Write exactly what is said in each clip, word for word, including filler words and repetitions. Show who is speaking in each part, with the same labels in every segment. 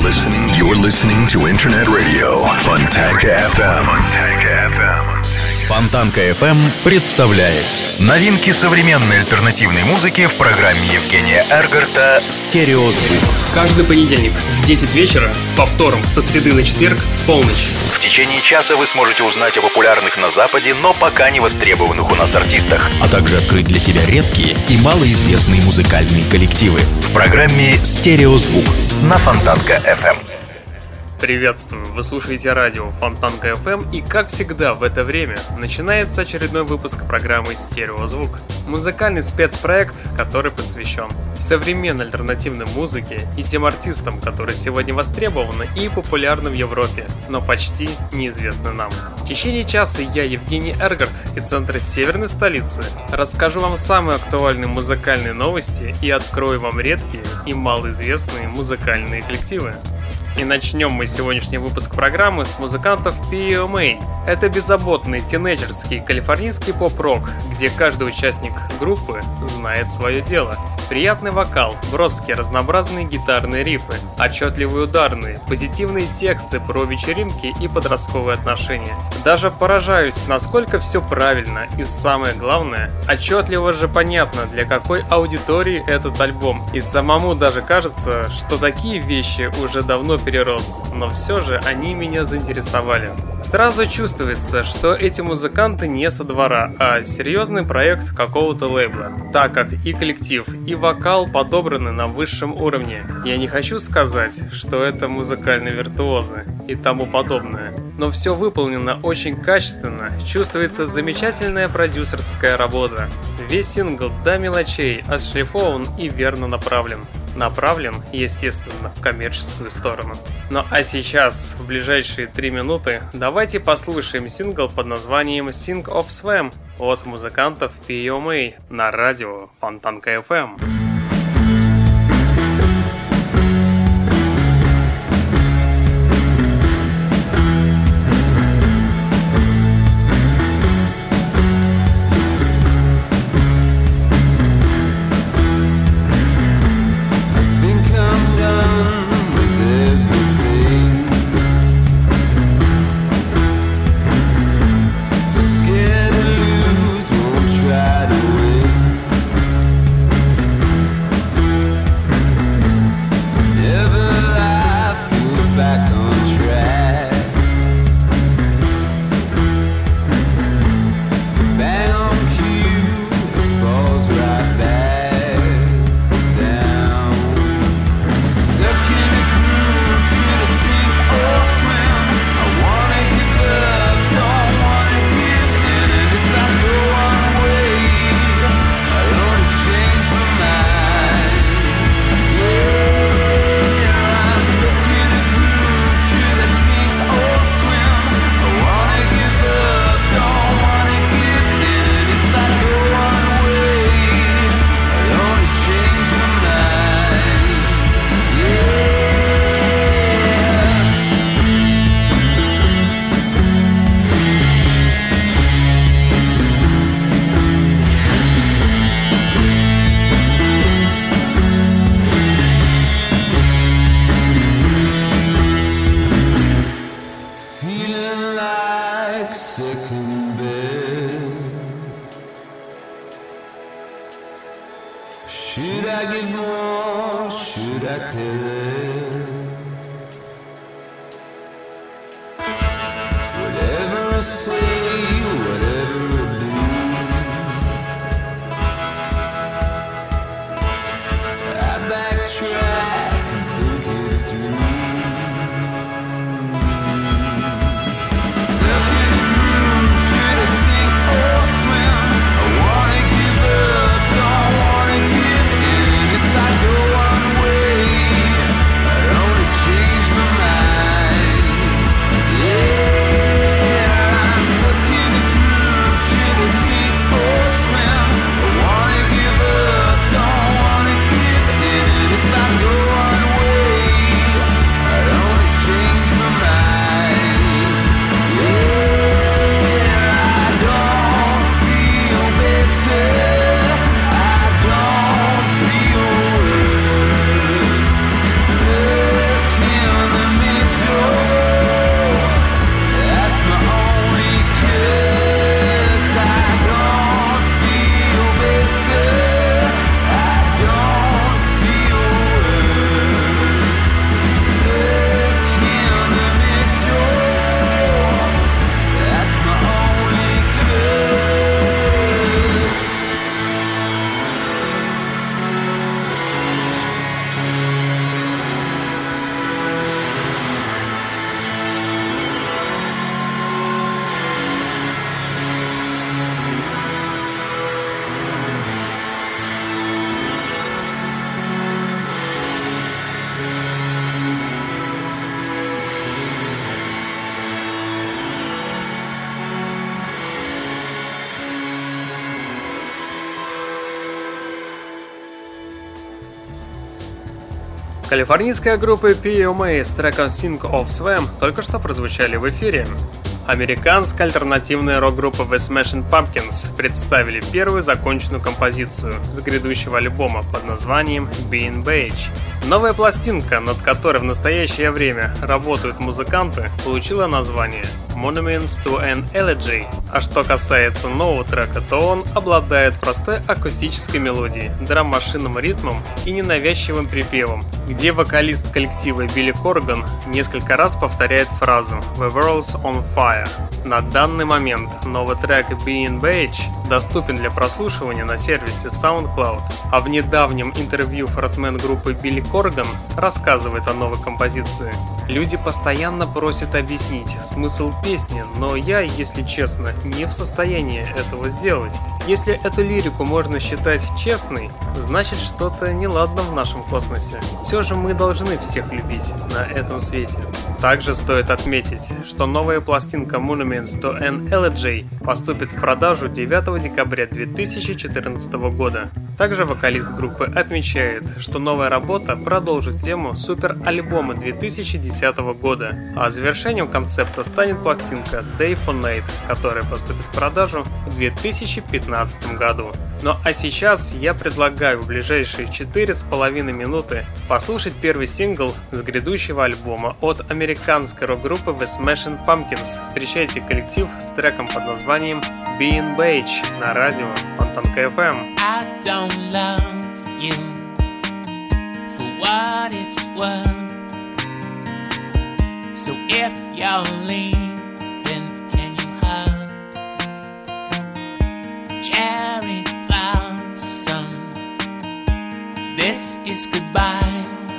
Speaker 1: listening. You're listening to Internet Radio Fontanka эф эм. Fontanka эф эм.
Speaker 2: Фонтанка эф эм представляет новинки современной альтернативной музыки в программе Евгения Эргарта «Стереозвук».
Speaker 3: Каждый понедельник в десять вечера с повтором со среды на четверг в полночь.
Speaker 2: В течение часа вы сможете узнать о популярных на Западе, но пока не востребованных у нас артистах, а также открыть для себя редкие и малоизвестные музыкальные коллективы в программе «Стереозвук» на Фонтанка эф эм.
Speaker 3: Приветствую! Вы слушаете радио Фонтанка эф эм, и, как всегда, в это время начинается очередной выпуск программы «Стереозвук». Музыкальный спецпроект, который посвящен современной альтернативной музыке и тем артистам, которые сегодня востребованы и популярны в Европе, но почти неизвестны нам. В течение часа я, Евгений Эргарт, из центра северной столицы, расскажу вам самые актуальные музыкальные новости и открою вам редкие и малоизвестные музыкальные коллективы. И начнем мы сегодняшний выпуск программы с музыкантов пи эм эй. Это беззаботный тинейджерский калифорнийский поп-рок, где каждый участник группы знает свое дело. Приятный вокал, броские разнообразные гитарные рифы, отчетливые ударные, позитивные тексты про вечеринки и подростковые отношения. Даже поражаюсь, насколько все правильно, и самое главное, отчетливо же понятно, для какой аудитории этот альбом. И самому даже кажется, что такие вещи уже давно перерос, но все же они меня заинтересовали. Сразу чувствуется, что эти музыканты не со двора, а серьезный проект какого-то лейбла, так как и коллектив, и вокал подобраны на высшем уровне. Я не хочу сказать, что это музыкальные виртуозы и тому подобное, но все выполнено очень качественно, чувствуется замечательная продюсерская работа. Весь сингл до мелочей отшлифован и верно направлен. Направлен, естественно, в коммерческую сторону. Ну а сейчас, в ближайшие три минуты, давайте послушаем сингл под названием Sing of Swam от музыкантов пи эм эй на радио Фонтанка эф эм.
Speaker 4: Try to win.
Speaker 3: Калифорнийская группа пи эм эй с треком Sing of Swam только что прозвучали в эфире. Американская альтернативная рок-группа The Smashing Pumpkins представили первую законченную композицию с грядущего альбома под названием Being Beige. Новая пластинка, над которой в настоящее время работают музыканты, получила название Monuments to an Elegy. А что касается нового трека, то он обладает простой акустической мелодией, драм-машинным ритмом и ненавязчивым припевом, где вокалист коллектива Билли Корган несколько раз повторяет фразу «The world's on fire». На данный момент новый трек Being Beige доступен для прослушивания на сервисе SoundCloud, а в недавнем интервью фронтмен группы Билли Корган рассказывает о новой композиции. Люди постоянно просят объяснить смысл песни, но я, если честно, не в состоянии этого сделать. Если эту лирику можно считать честной, значит что-то неладно в нашем космосе. Все же мы должны всех любить на этом свете. Также стоит отметить, что новая пластинка Monuments to an Elegy поступит в продажу девятого декабря две тысячи четырнадцатого года. Также вокалист группы отмечает, что новая работа продолжит тему супер-альбома две тысячи десятого года, а завершением концепта станет пластинка Day for Night, которая поступит в продажу в две тысячи пятнадцатом году. Ну а сейчас я предлагаю в ближайшие четыре с половиной минуты послушать первый сингл с грядущего альбома от американской рок-группы The Smashing Pumpkins. Встречайте коллектив с треком под названием Being Beige на радио Фонтанка эф эм.
Speaker 4: I don't love you for what it's worth. So if you're leaving, can you hug? Cherry blossom, this is goodbye.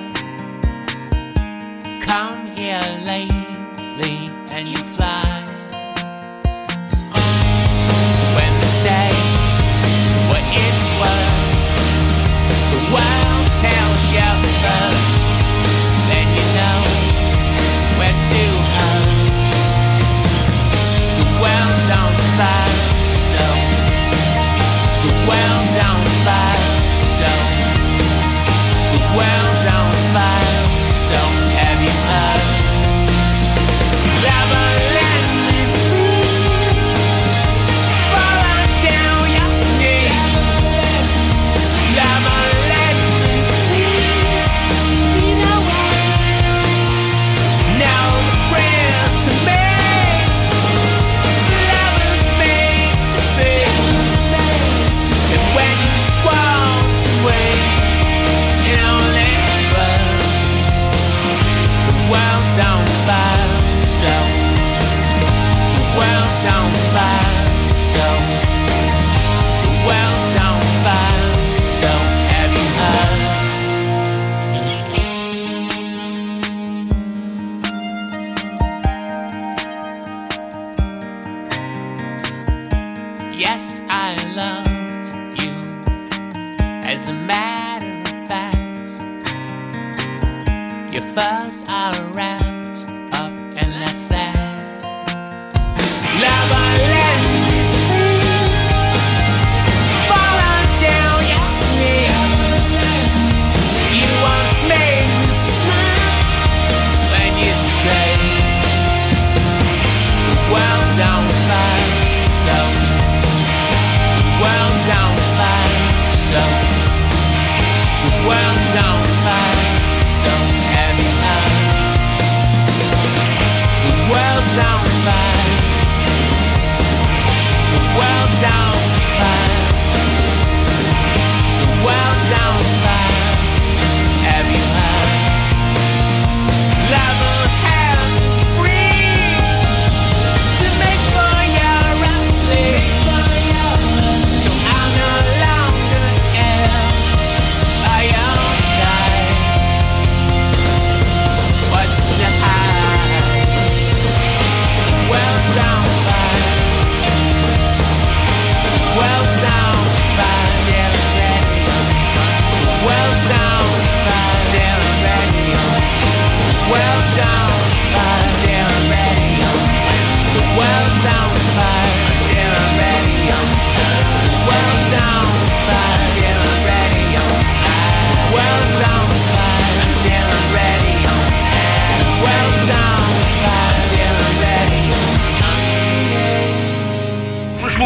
Speaker 4: Come here lately and you fly. When they say what it's worth, the world tells you first, then you know where to hug. The world's on fire, so the world's on fire, so the world's on fire, so have you heard? Never let me please fall down your knees. Never let me please be the one. Now the prayers to me, lovers made to be. And when you swore to wait, it only burns. The world's on fire, so the world's on fire, so the world's on fire, so have you heard? Yes, I loved you. As a matter of fact, your furs are wrapped up, and that's that. Lover, let me please fall down your knees. You once made me smile when you'd stray. The world's on fire, so the world's on fire, so the world's on fire, so have you heard? The world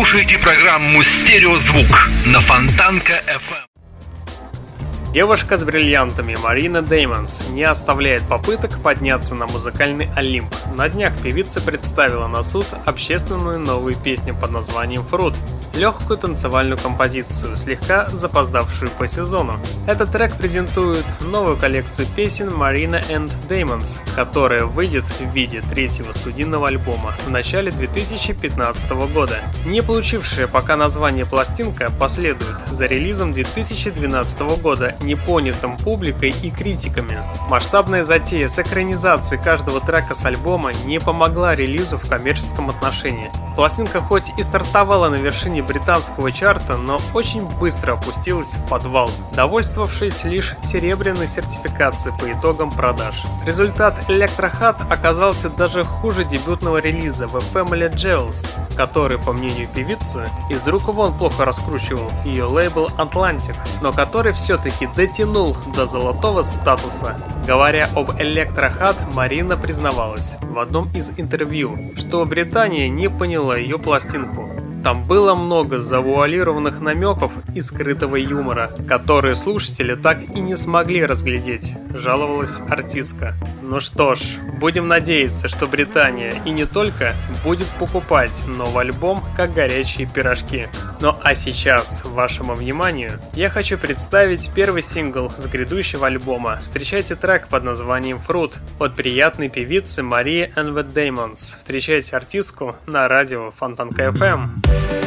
Speaker 1: слушаете программу «Стереозвук» на Фонтанка эф эм.
Speaker 3: Девушка с бриллиантами Марина Деймонс не оставляет попыток подняться на музыкальный Олимп. На днях певица представила на суд общественную новую песню под названием «Fruit». Легкую танцевальную композицию, слегка запоздавшую по сезону. Этот трек презентует новую коллекцию песен Marina and Diamonds, которая выйдет в виде третьего студийного альбома в начале две тысячи пятнадцатого года. Не получившая пока название пластинка последует за релизом две тысячи двенадцатого года, непонятым публикой и критиками. Масштабная затея с экранизацией каждого трека с альбома не помогла релизу в коммерческом отношении. Пластинка хоть и стартовала на вершине британского чарта, но очень быстро опустилась в подвал, довольствовавшись лишь серебряной сертификацией по итогам продаж. Результат Electro Hot оказался даже хуже дебютного релиза The Family Jewels, который, по мнению певицы, из рук вон плохо раскручивал ее лейбл Atlantic, но который все-таки дотянул до золотого статуса. Говоря об Electro Hot, Марина признавалась в одном из интервью, что Британия не поняла ее пластинку. Там было много завуалированных намеков и скрытого юмора, которые слушатели так и не смогли разглядеть, жаловалась артистка. Ну что ж, будем надеяться, что Британия и не только будет покупать новый альбом как горячие пирожки. Ну а сейчас, вашему вниманию, я хочу представить первый сингл с грядущего альбома. Встречайте трек под названием «Fruit» от приятной певицы Марии and the Diamonds. Встречайте артистку на радио Фонтанка эф эм.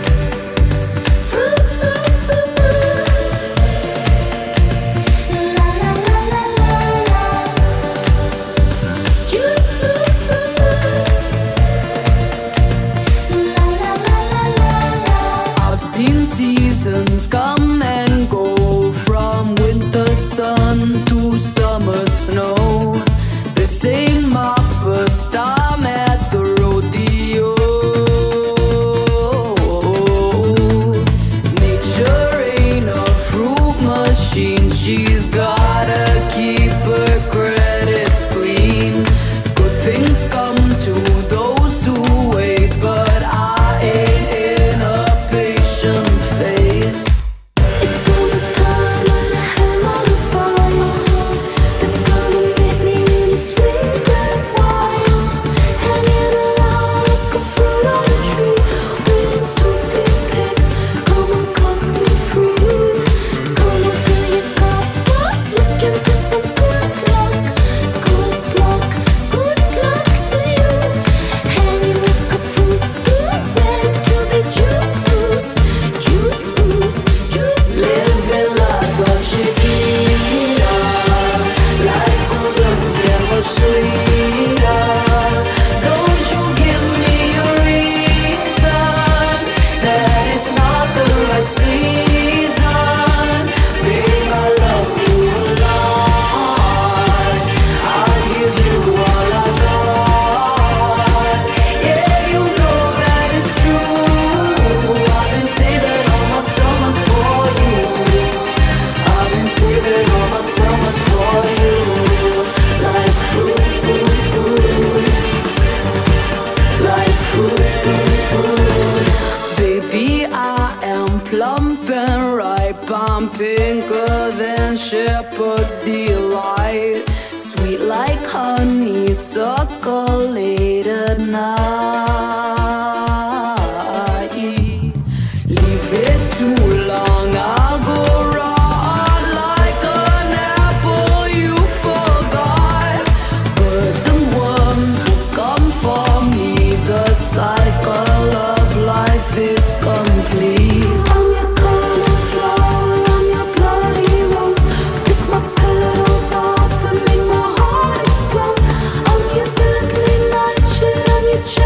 Speaker 5: Seasons come and go, from winter sun to summer snow. This ain't my first time at the rodeo. Nature ain't a fruit machine, she's gotta keep her credits clean. Good things come to those who wait, but I ain't in a patient phase. It's all the time when I hang on the fire. They're gonna make me really sweet and wild, hanging around like a fruit on a tree, waiting to be picked. Come and cut me free. Come and fill your cup up, looking for some good luck. Good luck, good luck to you. Hanging like a fruit, ready to be juiced, juiced, juiced. Living like a chiquita, life couldn't get much sweeter. Don't you give me a reason that it's not the right season. Babe, I love you a lot. I'll give you all I got. Yeah, you know that it's true. I've been saving all my summers for you. I've been saving all my summers for you. Like fruit, like fruit. Baby, I am plump and ripe. I'm pinker than shepherd's delight. Sweet like honeysuckle late at night. Leave it too long, I'll go raw like an apple you forgot. Birds and worms will come for me. The cycle of life is complete. I'm your cauliflower, I'm your bloody rose. Pick my petals off and make my heart explode. I'm your deadly nightshade, I'm your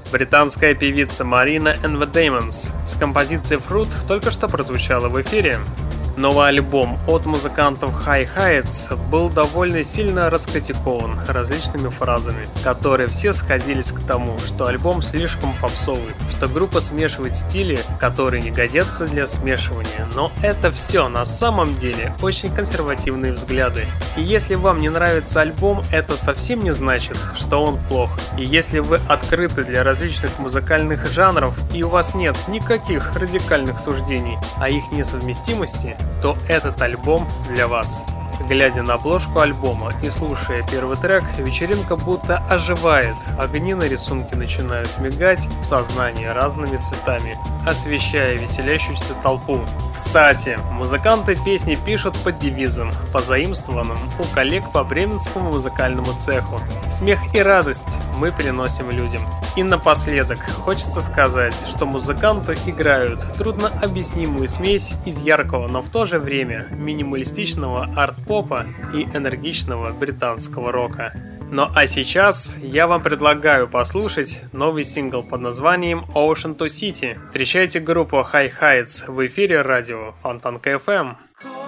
Speaker 3: Британская певица Marina and the Diamonds с композицией Fruit только что прозвучала в эфире. Новый альбом от музыкантов High Heights был довольно сильно раскритикован различными фразами, которые все сходились к тому, что альбом слишком попсовый, что группа смешивает стили, которые не годятся для смешивания. Но это все на самом деле очень консервативные взгляды. И если вам не нравится альбом, это совсем не значит, что он плох. И если вы открыты для различных музыкальных жанров и у вас нет никаких радикальных суждений о их несовместимости, то этот альбом для вас. Глядя на обложку альбома и слушая первый трек, вечеринка будто оживает, огни на рисунке начинают мигать в сознании разными цветами, освещая веселящуюся толпу. Кстати, музыканты песни пишут под девизом, позаимствованным у коллег по бременскому музыкальному цеху. Смех и радость мы приносим людям. И напоследок хочется сказать, что музыканты играют труднообъяснимую смесь из яркого, но в то же время минималистичного арт-попа и энергичного британского рока. Ну а сейчас я вам предлагаю послушать новый сингл под названием Ocean to City. Встречайте группу High Heights в эфире радио Фонтанка эф эм.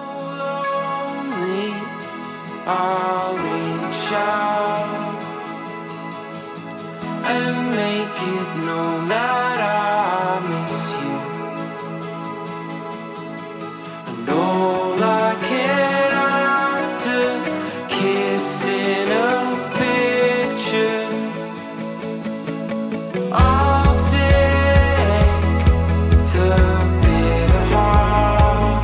Speaker 6: And make it known that I miss you. And all I can do, kiss in a picture. I'll take the bitter heart.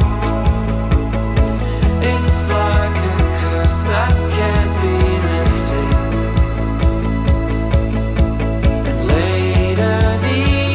Speaker 6: It's like a curse that can't be lifted. Later the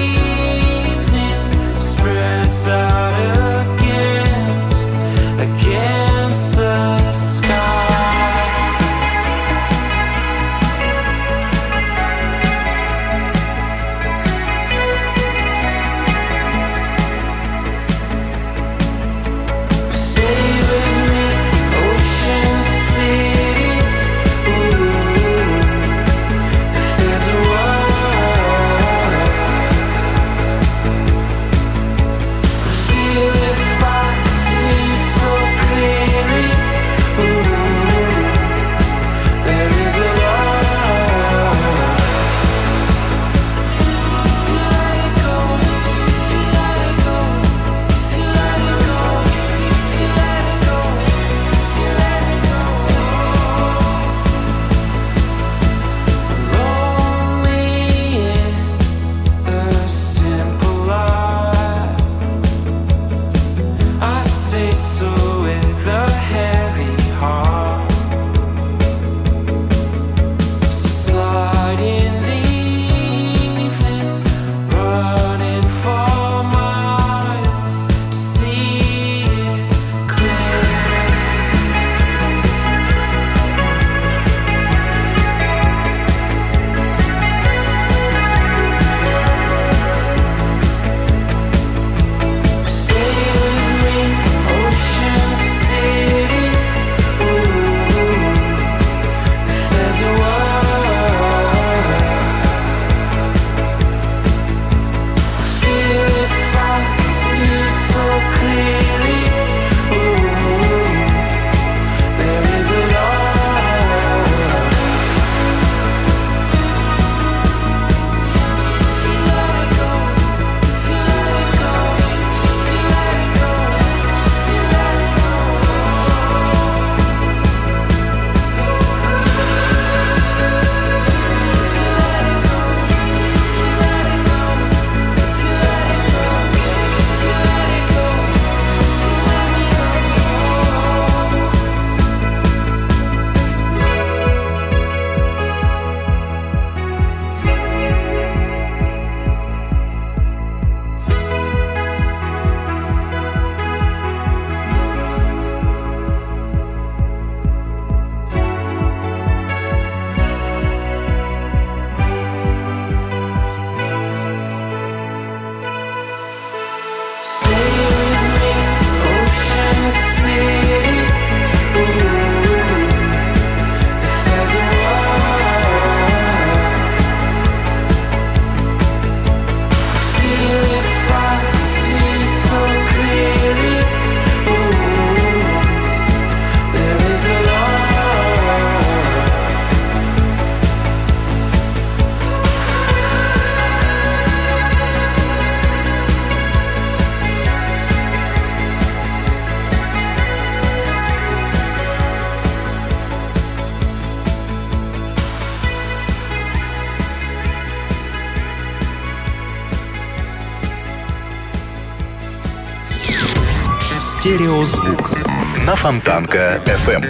Speaker 2: Стереозвук на Фонтанка эф эм.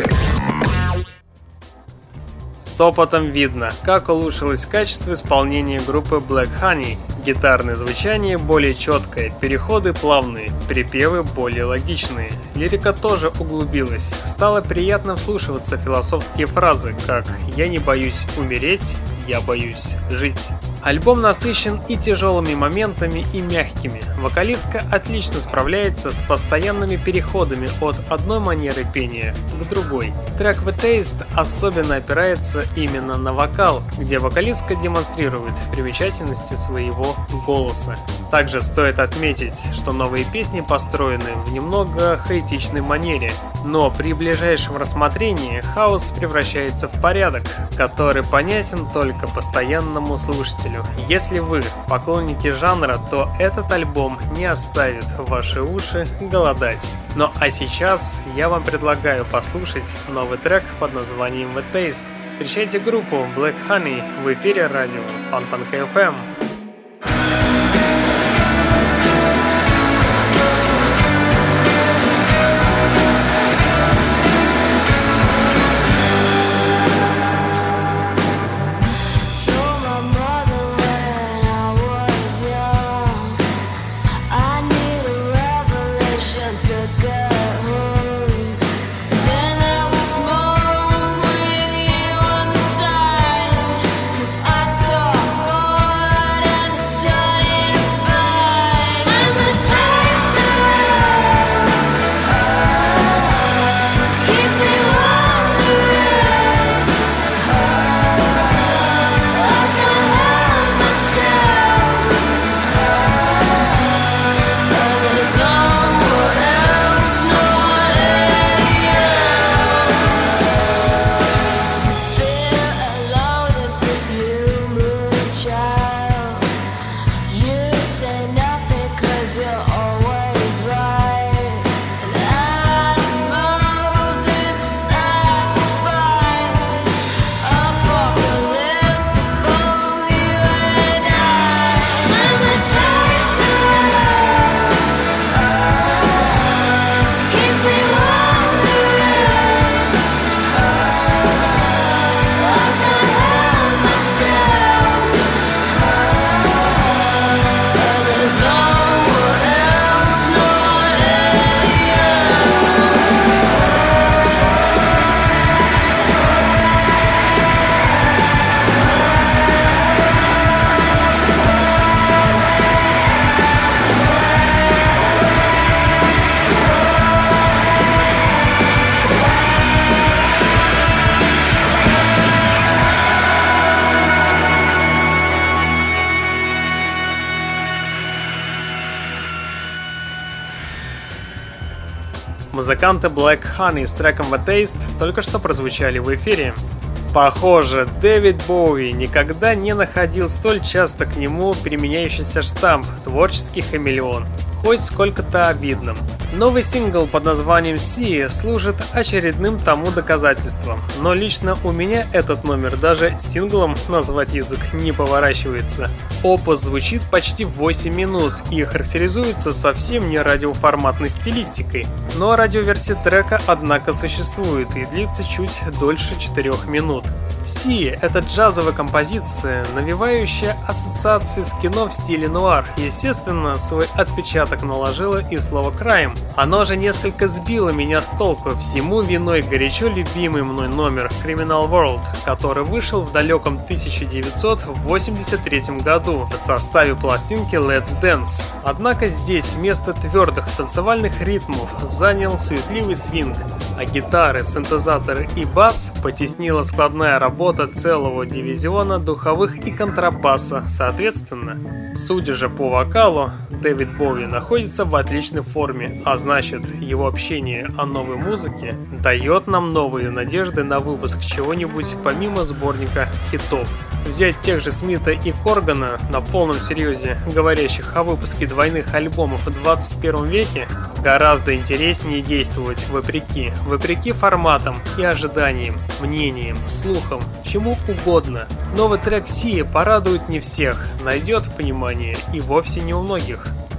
Speaker 3: С опытом видно, как улучшилось качество исполнения группы Black Honey. Гитарное звучание более четкое, переходы плавные, припевы более логичные. Лирика тоже углубилась. Стало приятно вслушиваться в философские фразы, как «Я не боюсь умереть, я боюсь жить». Альбом насыщен и тяжелыми моментами, и мягкими. Вокалистка отлично справляется с постоянными переходами от одной манеры пения к другой. Трек The Taste особенно опирается именно на вокал, где вокалистка демонстрирует примечательности своего голоса. Также стоит отметить, что новые песни построены в немного хаотичной манере, но при ближайшем рассмотрении хаос превращается в порядок, который понятен только постоянному слушателю. Если вы поклонники жанра, то этот альбом не оставит ваши уши голодать. Ну а сейчас я вам предлагаю послушать новый трек под названием The Taste. Встречайте группу Black Honey в эфире радио Фонтанка эф эм. Музыканты Black Honey с треком The Taste только что прозвучали в эфире. Похоже, Дэвид Боуи никогда не находил столь часто к нему применяющийся штамп «творческий хамелеон», хоть сколько-то обидным. Новый сингл под названием «Sea» служит очередным тому доказательством, но лично у меня этот номер даже синглом назвать язык не поворачивается. Опус звучит почти восемь минут и характеризуется совсем не радиоформатной стилистикой, но радиоверсия трека, однако, существует и длится чуть дольше четырёх минут. «Sea» — это джазовая композиция, навевающая ассоциации с кино в стиле нуар. Естественно, свой отпечаток наложило и слово «крайм». Оно же несколько сбило меня с толку. Всему виной горячо любимый мной номер «Criminal World», который вышел в далеком тысяча девятьсот восемьдесят третьем году в составе пластинки Let's Dance. Однако здесь вместо твердых танцевальных ритмов занял суетливый свинг, а гитары, синтезаторы и бас потеснила складная работа целого дивизиона духовых и контрабаса соответственно. Судя же по вокалу, Дэвид Боуи находится в отличной форме, а значит, его общение о новой музыке дает нам новые надежды на выпуск чего-нибудь помимо сборника хитов. Взять тех же Смита и Коргана на полном серьезе, говорящих о выпуске двойных альбомов в двадцать первом веке, гораздо интереснее действовать вопреки, вопреки форматам и ожиданиям, мнениям, слухам, чему угодно. Новый трек Sea порадует не всех, найдет понимание и вовсе не у многих.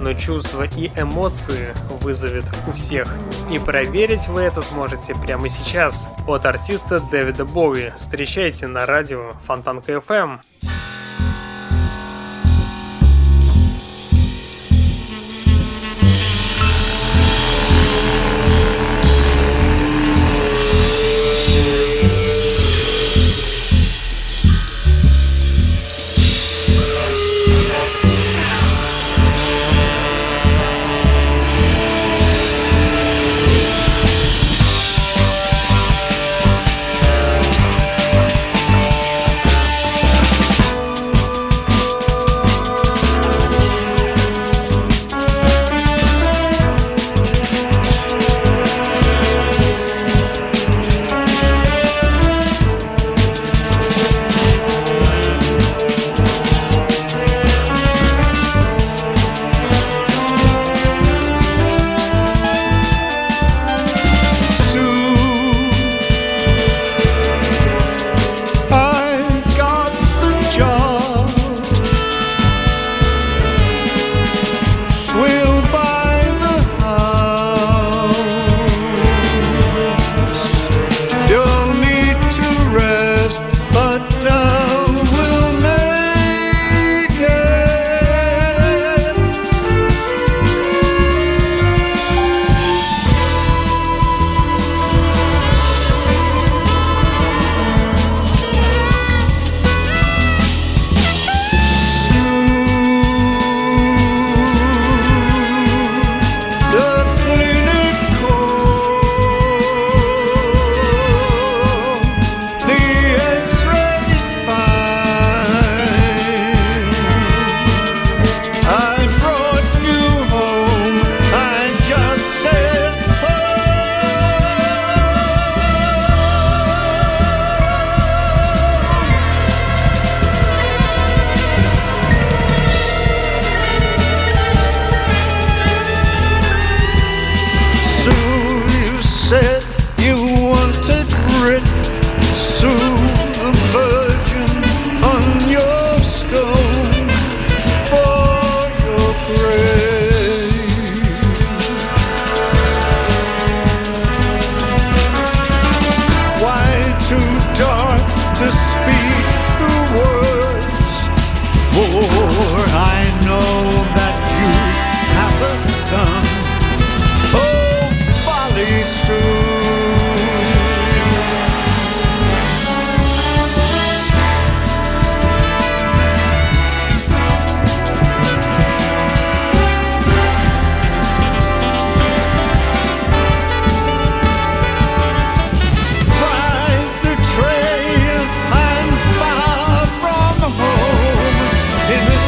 Speaker 3: но чувства и эмоции вызовет у всех. И проверить вы это сможете прямо сейчас от артиста Дэвида Боуи. Встречайте на радио Фонтанка эф эм.
Speaker 7: In the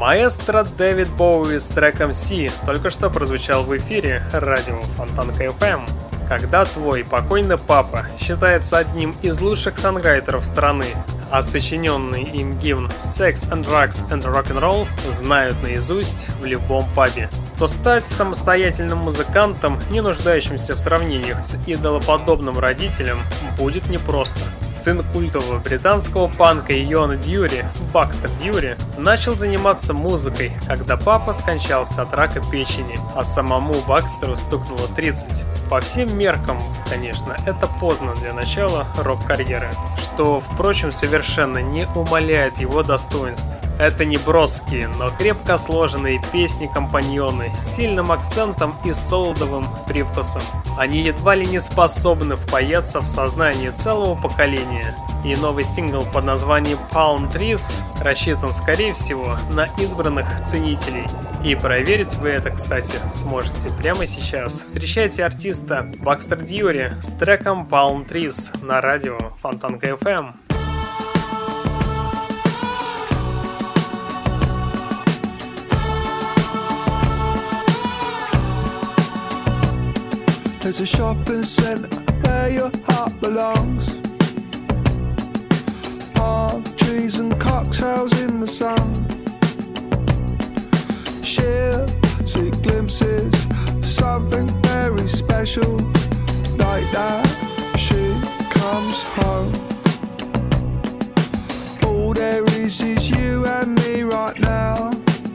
Speaker 3: Маэстро Дэвид Боуи с треком «Си» только что прозвучал в эфире радио Фонтанка эф эм. Когда твой покойный папа считается одним из лучших сонграйтеров страны, а сочиненный им гимн «Sex and Drugs and Rock'n'Roll» знают наизусть в любом пабе, то стать самостоятельным музыкантом, не нуждающимся в сравнениях с идолоподобным родителем, будет непросто. Сын культового британского панка Йона Дьюри, Бакстер Дьюри, начал заниматься музыкой, когда папа скончался от рака печени, а самому Бакстеру стукнуло тридцать. По всем меркам, конечно, это поздно для начала рок-карьеры, что, впрочем, совершенно не умаляет его достоинств. Это не броские, но крепко сложенные песни-компаньоны с сильным акцентом и солодовым привкусом. Они едва ли не способны впаяться в сознание целого поколения. И новый сингл под названием Palm Trees рассчитан, скорее всего, на избранных ценителей. И проверить вы это, кстати, сможете прямо сейчас. Встречайте артиста Бакстер Дьюри с треком Palm Trees на радио Фонтанка эф эм.
Speaker 7: There's a shopping centre where your heart belongs. Palm trees and cocktails in the sun. She'll see glimpses of something very special. Like that, she comes home. All there is is you and me right now,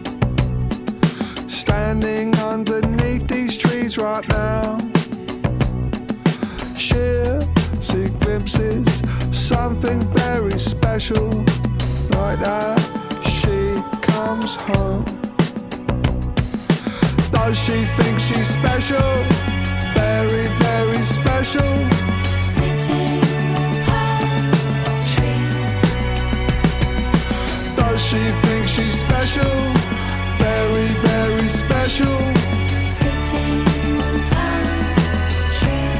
Speaker 7: standing underneath these trees right now. She'll see glimpses, something very special. Like that, she comes home. Does she think she's special? Very, very special.
Speaker 8: Sitting on palm tree.
Speaker 7: Does she think she's special? Very, very special.
Speaker 8: Sitting on palm tree.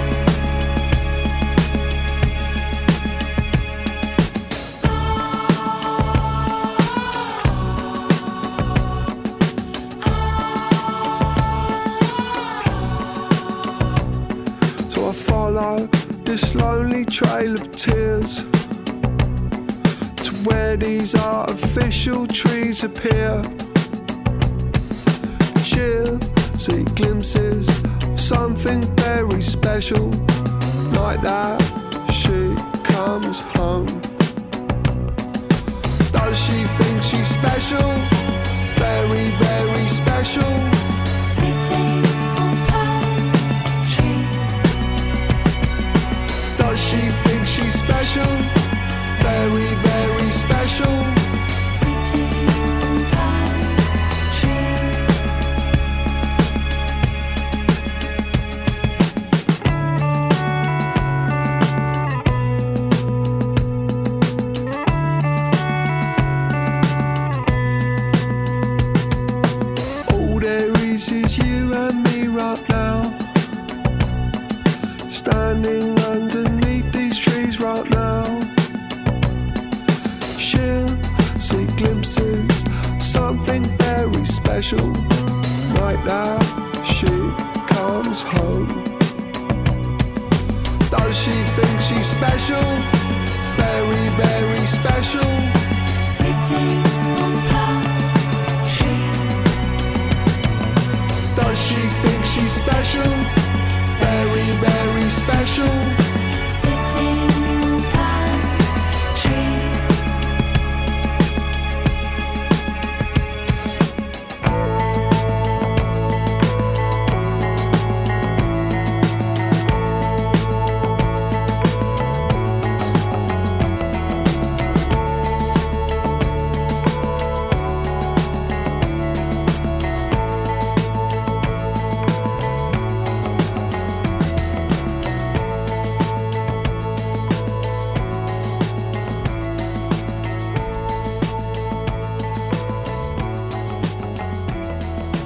Speaker 7: So I follow this lonely trail of tears to where these artificial trees appear. She'll see glimpses of something very special. Like that, she comes home. Does she think she's special? Very, very special.
Speaker 8: Sitting on palm trees.
Speaker 7: Does she think she's special? Very, very special.
Speaker 8: Sitting on palm trees.
Speaker 7: All there is is you and me right now, standing underneath these trees right now. She'll see glimpses, something very special. Like that, she comes home. Does she think she's special? Very, very special.
Speaker 8: Sitting on palm trees.
Speaker 7: Does she think she's special? Very, very special.
Speaker 8: Sitting on palm trees.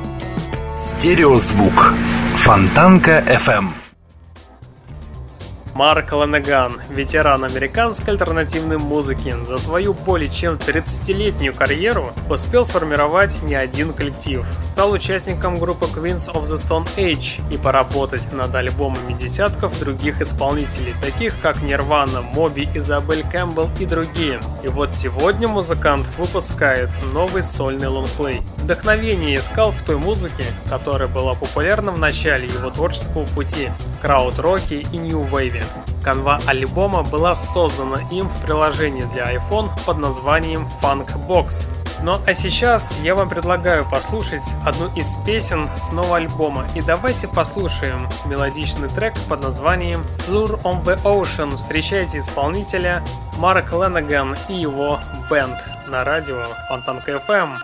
Speaker 1: Стереозвук. Фонтанка эф эм.
Speaker 3: Марк Ланеган, ветеран американской альтернативной музыки, за свою более чем тридцатилетнюю карьеру успел сформировать не один коллектив, стал участником группы Queens of the Stone Age и поработать над альбомами десятков других исполнителей, таких как Nirvana, Моби, Изабель Кэмпбелл и другие. И вот сегодня музыкант выпускает новый сольный лонгплей. Вдохновение искал в той музыке, которая была популярна в начале его творческого пути – крауд-роке и нью-вейве. Канва альбома была создана им в приложении для iPhone под названием Funkbox. Ну а сейчас я вам предлагаю послушать одну из песен с нового альбома. И давайте послушаем мелодичный трек под названием Lure on the Ocean. Встречайте исполнителя Марк Ланеган и его бэнд на радио Фонтанка эф эм.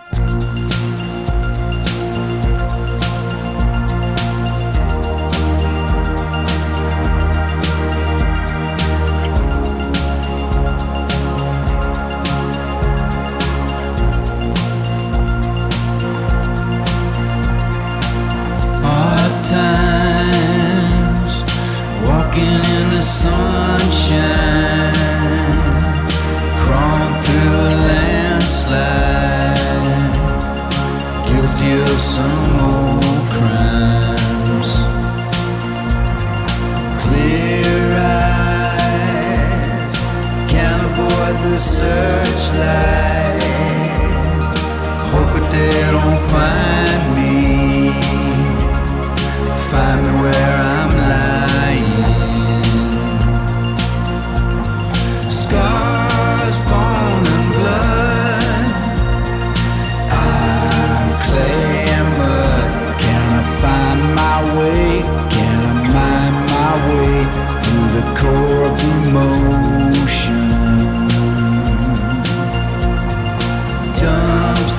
Speaker 9: In the sunshine, crawling through a landslide, guilty of some old crimes. Clear eyes can't avoid the searchlight. Hope that they don't find me, find me where I'm lying. Scars, bone and blood, I'm clay and mud. Can I find my way? Can I mine my way through the core of emotion? Dump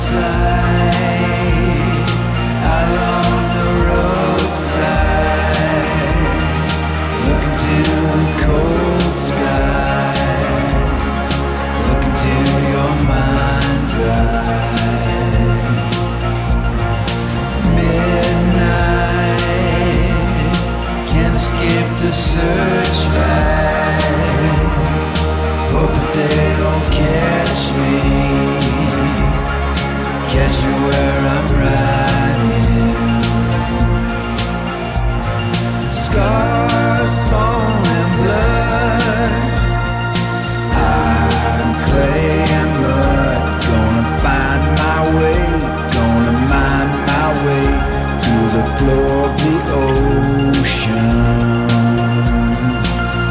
Speaker 9: site along the roadside, look into the cold sky, look into your mind's eye. Midnight can't escape the searchlight. Hope that they don't catch me, catch me where I'm riding. Scars, bone and blood, I'm clay and mud. Gonna find my way, gonna mine my way through the floor of the ocean.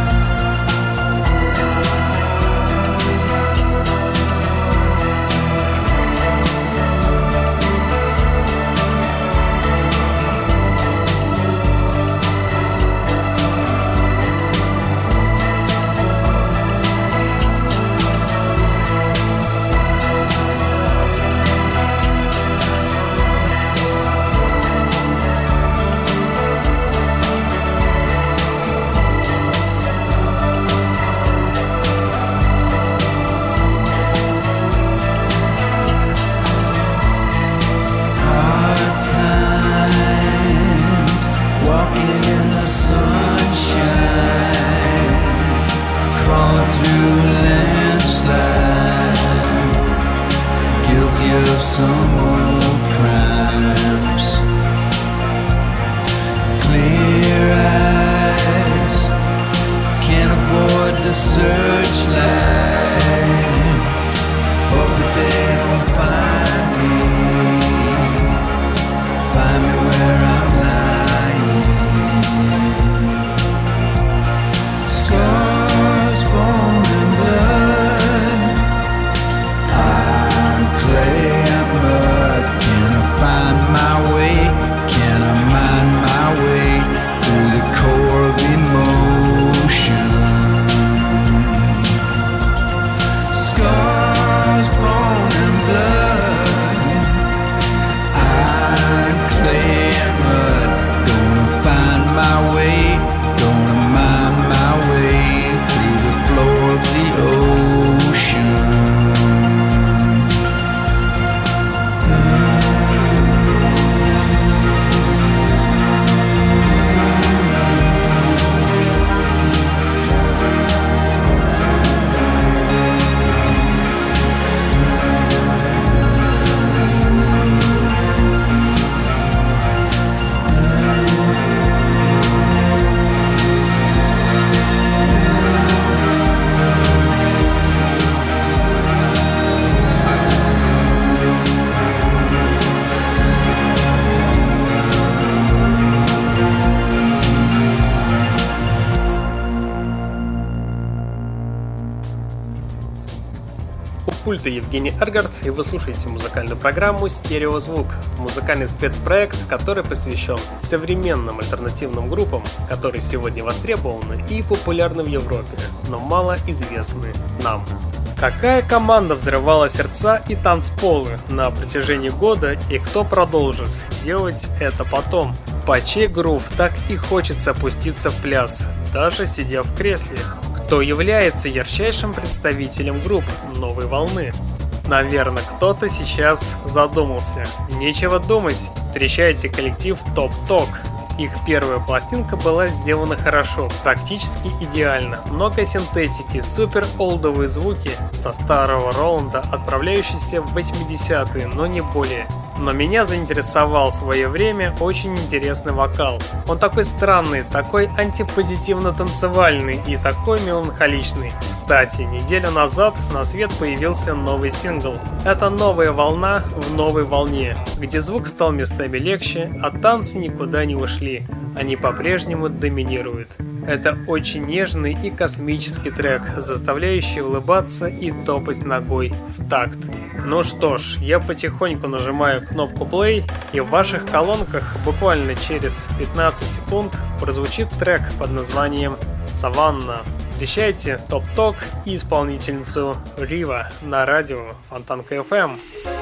Speaker 3: пульта Евгений Эргард, и вы слушаете музыкальную программу «Стереозвук». Музыкальный спецпроект, который посвящен современным альтернативным группам, которые сегодня востребованы и популярны в Европе, но мало известны нам. Какая команда взрывала сердца и танцполы на протяжении года, и кто продолжит делать это потом? По чей грув так и хочется опуститься в пляс, даже сидя в кресле? Кто является ярчайшим представителем групп новой волны? Наверное, кто-то сейчас задумался. Нечего думать, встречайте коллектив Top Talk. Их первая пластинка была сделана хорошо, практически идеально. Много синтетики, супер олдовые звуки со старого Роланда, отправляющиеся в восьмидесятые, но не более. Но меня заинтересовал в свое время очень интересный вокал. Он такой странный, такой антипозитивно-танцевальный и такой меланхоличный. Кстати, неделю назад на свет появился новый сингл. Это новая волна в новой волне, где звук стал местами легче, а танцы никуда не ушли. Они по-прежнему доминируют. Это очень нежный и космический трек, заставляющий улыбаться и топать ногой в такт. Ну что ж, я потихоньку нажимаю кнопку play, и в ваших колонках буквально через пятнадцать секунд прозвучит трек под названием «Саванна». Встречайте Top Talk и исполнительницу Рива на радио Фонтанка эф эм.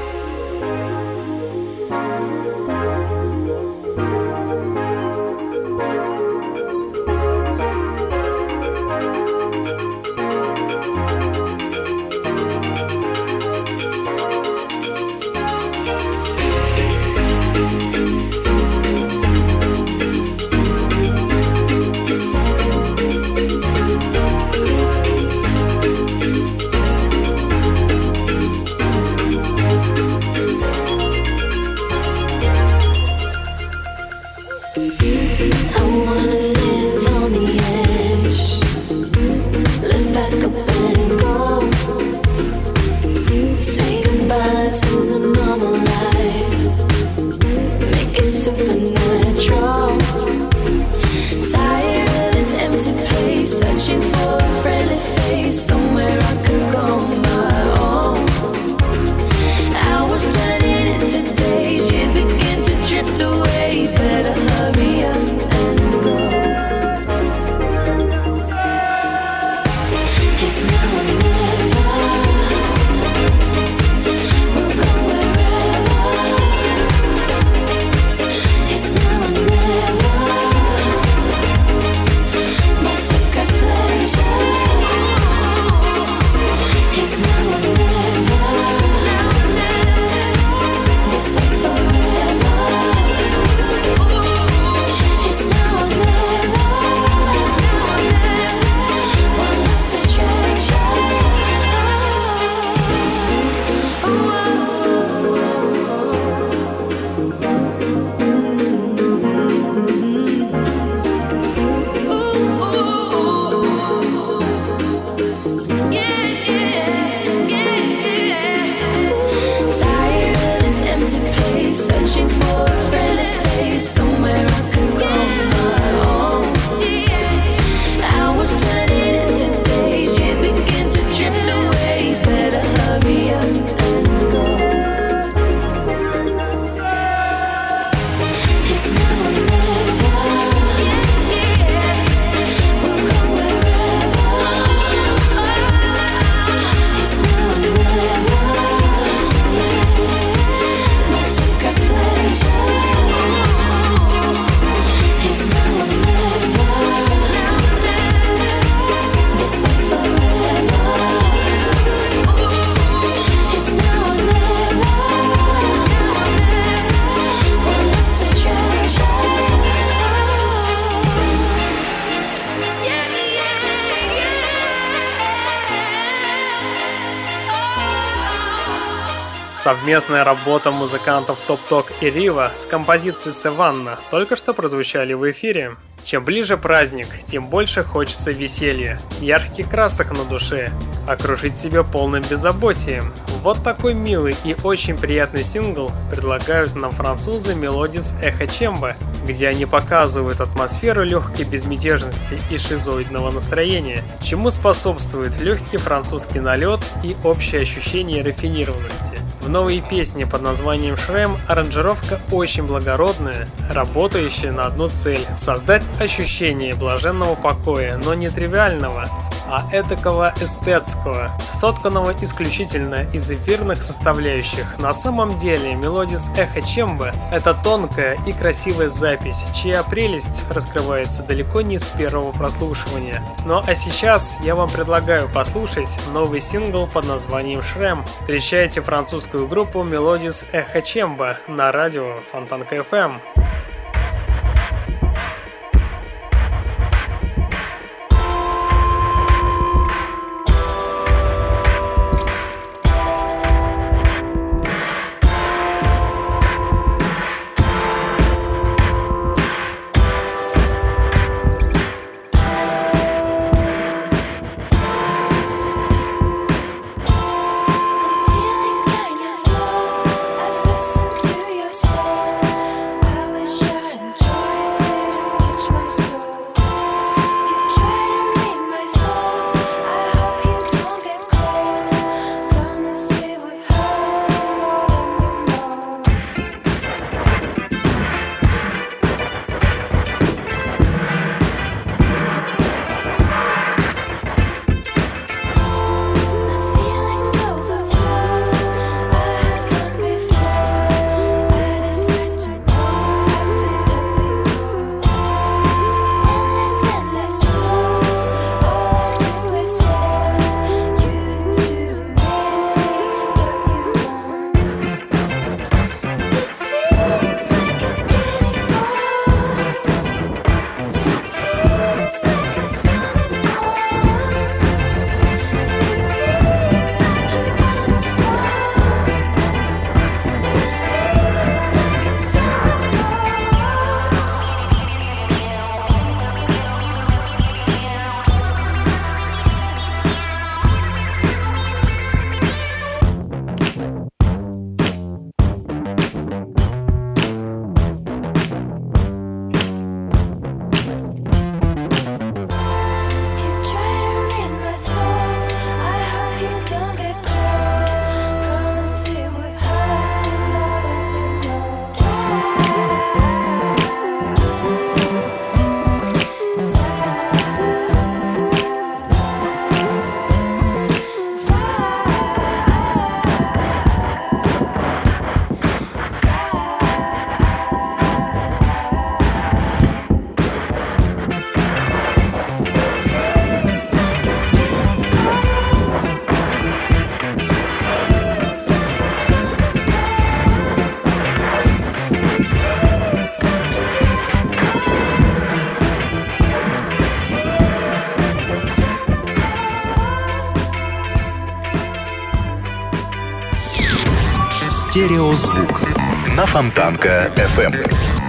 Speaker 3: Совместная работа музыкантов Top Talk и Рива с композицией «Саванна» только что прозвучали в эфире. Чем ближе праздник, тем больше хочется веселья, ярких красок на душе, окружить себя полным беззаботием. Вот такой милый и очень приятный сингл предлагают нам французы Melodies Echo Chamber. где они показывают атмосферу легкой безмятежности и шизоидного настроения, чему способствует легкий французский налет и общее ощущение рафинированности. В новой песне под названием «Шрем» аранжировка очень благородная, работающая на одну цель – создать ощущение блаженного покоя, но не тривиального, а этакого эстетского, сотканного исключительно из эфирных составляющих. На самом деле Melodies Echo Chamber – это тонкая и красивая запись, чья прелесть раскрывается далеко не с первого прослушивания. Ну а сейчас я вам предлагаю послушать новый сингл под названием «Шрем». Встречайте французскую группу Melodies Echo Chamber на радио Фонтанка эф эм.
Speaker 2: Стереозвук на Фонтанка эф эм.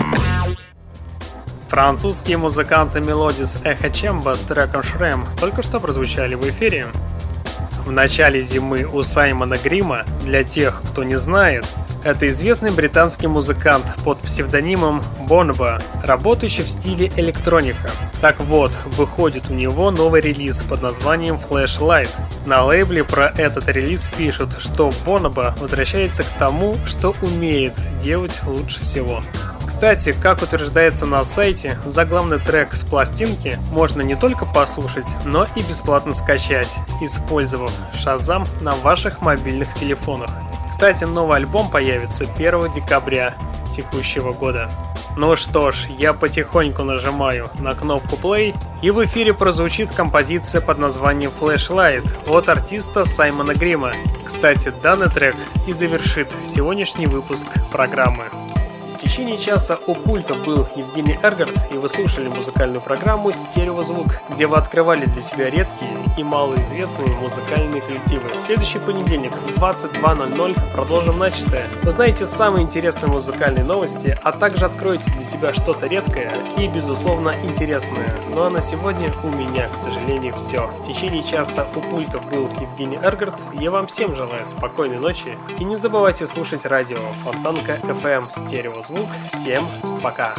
Speaker 3: Французские музыканты Melodies Echo Chamber с треком «Шрем» только что прозвучали в эфире. В начале зимы у Саймона Грима, для тех, кто не знает, это известный британский музыкант под псевдонимом Bonobo, работающий в стиле электроника. Так вот, выходит у него новый релиз под названием Flashlight. На лейбле про этот релиз пишут, что Bonobo возвращается к тому, что умеет делать лучше всего. Кстати, как утверждается на сайте, заглавный трек с пластинки можно не только послушать, но и бесплатно скачать, использовав Shazam на ваших мобильных телефонах. Кстати, новый альбом появится первого декабря текущего года. Ну что ж, я потихоньку нажимаю на кнопку play, и в эфире прозвучит композиция под названием Flashlight от артиста Саймона Грима. Кстати, данный трек и завершит сегодняшний выпуск программы. В течение часа у пульта был Евгений Эргард, и вы слушали музыкальную программу «Стереозвук», где вы открывали для себя редкие и малоизвестные музыкальные коллективы. В следующий понедельник в двадцать два ноль ноль продолжим начатое. Узнаете самые интересные музыкальные новости, а также откроете для себя что-то редкое и, безусловно, интересное. Ну а на сегодня у меня, к сожалению, все. В течение часа у пульта был Евгений Эргард. Я вам всем желаю спокойной ночи и не забывайте слушать радио Фонтанка эф эм «Стереозвук». Стереозвук. Всем пока!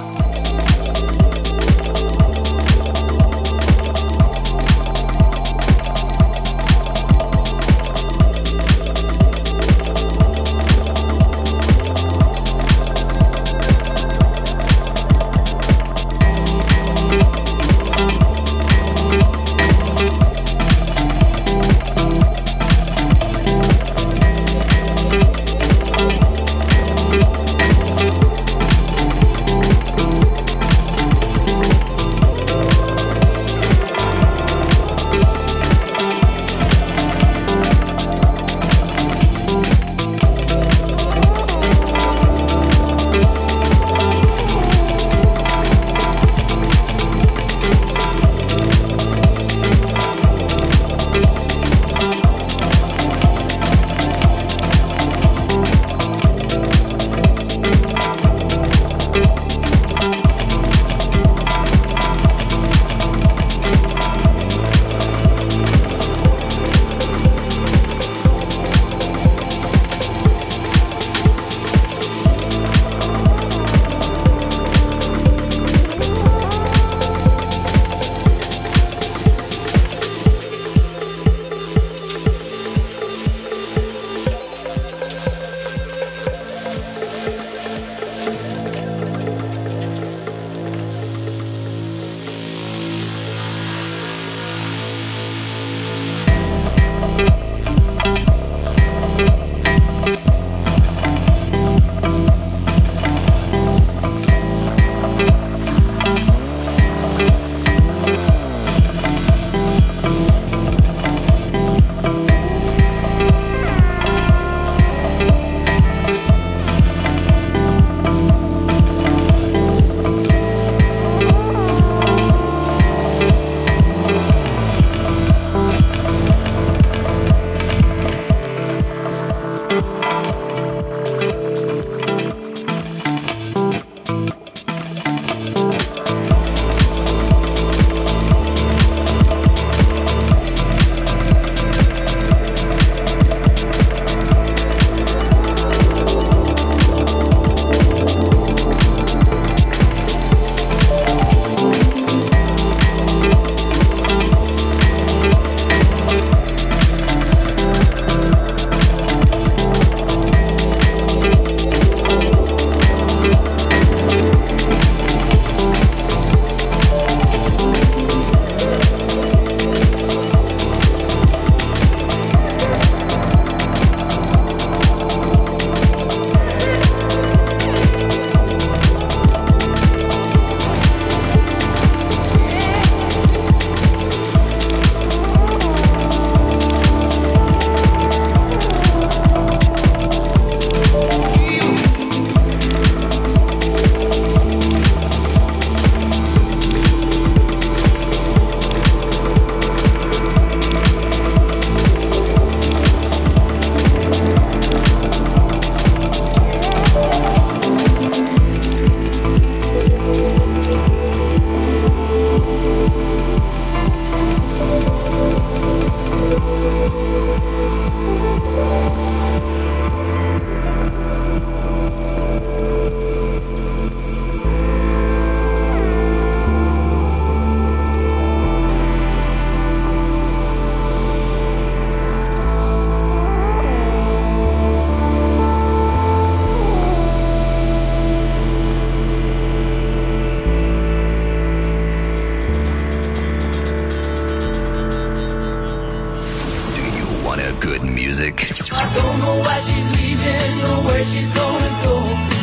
Speaker 4: I don't know why she's leaving or where she's gonna go.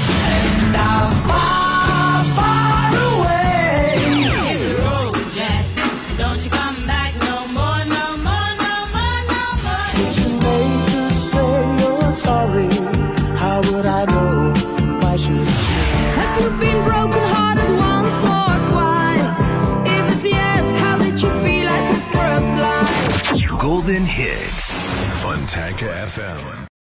Speaker 4: And I'm far, far away. Hit the road, Jack. Don't you come back no more, no more, no more, no more.
Speaker 10: It's too late to say you're sorry. How would I know why she's
Speaker 8: Have you been broken hearted once or twice? If it's yes, how did you feel at this first light?
Speaker 1: Golden Hits. Fontanka F M.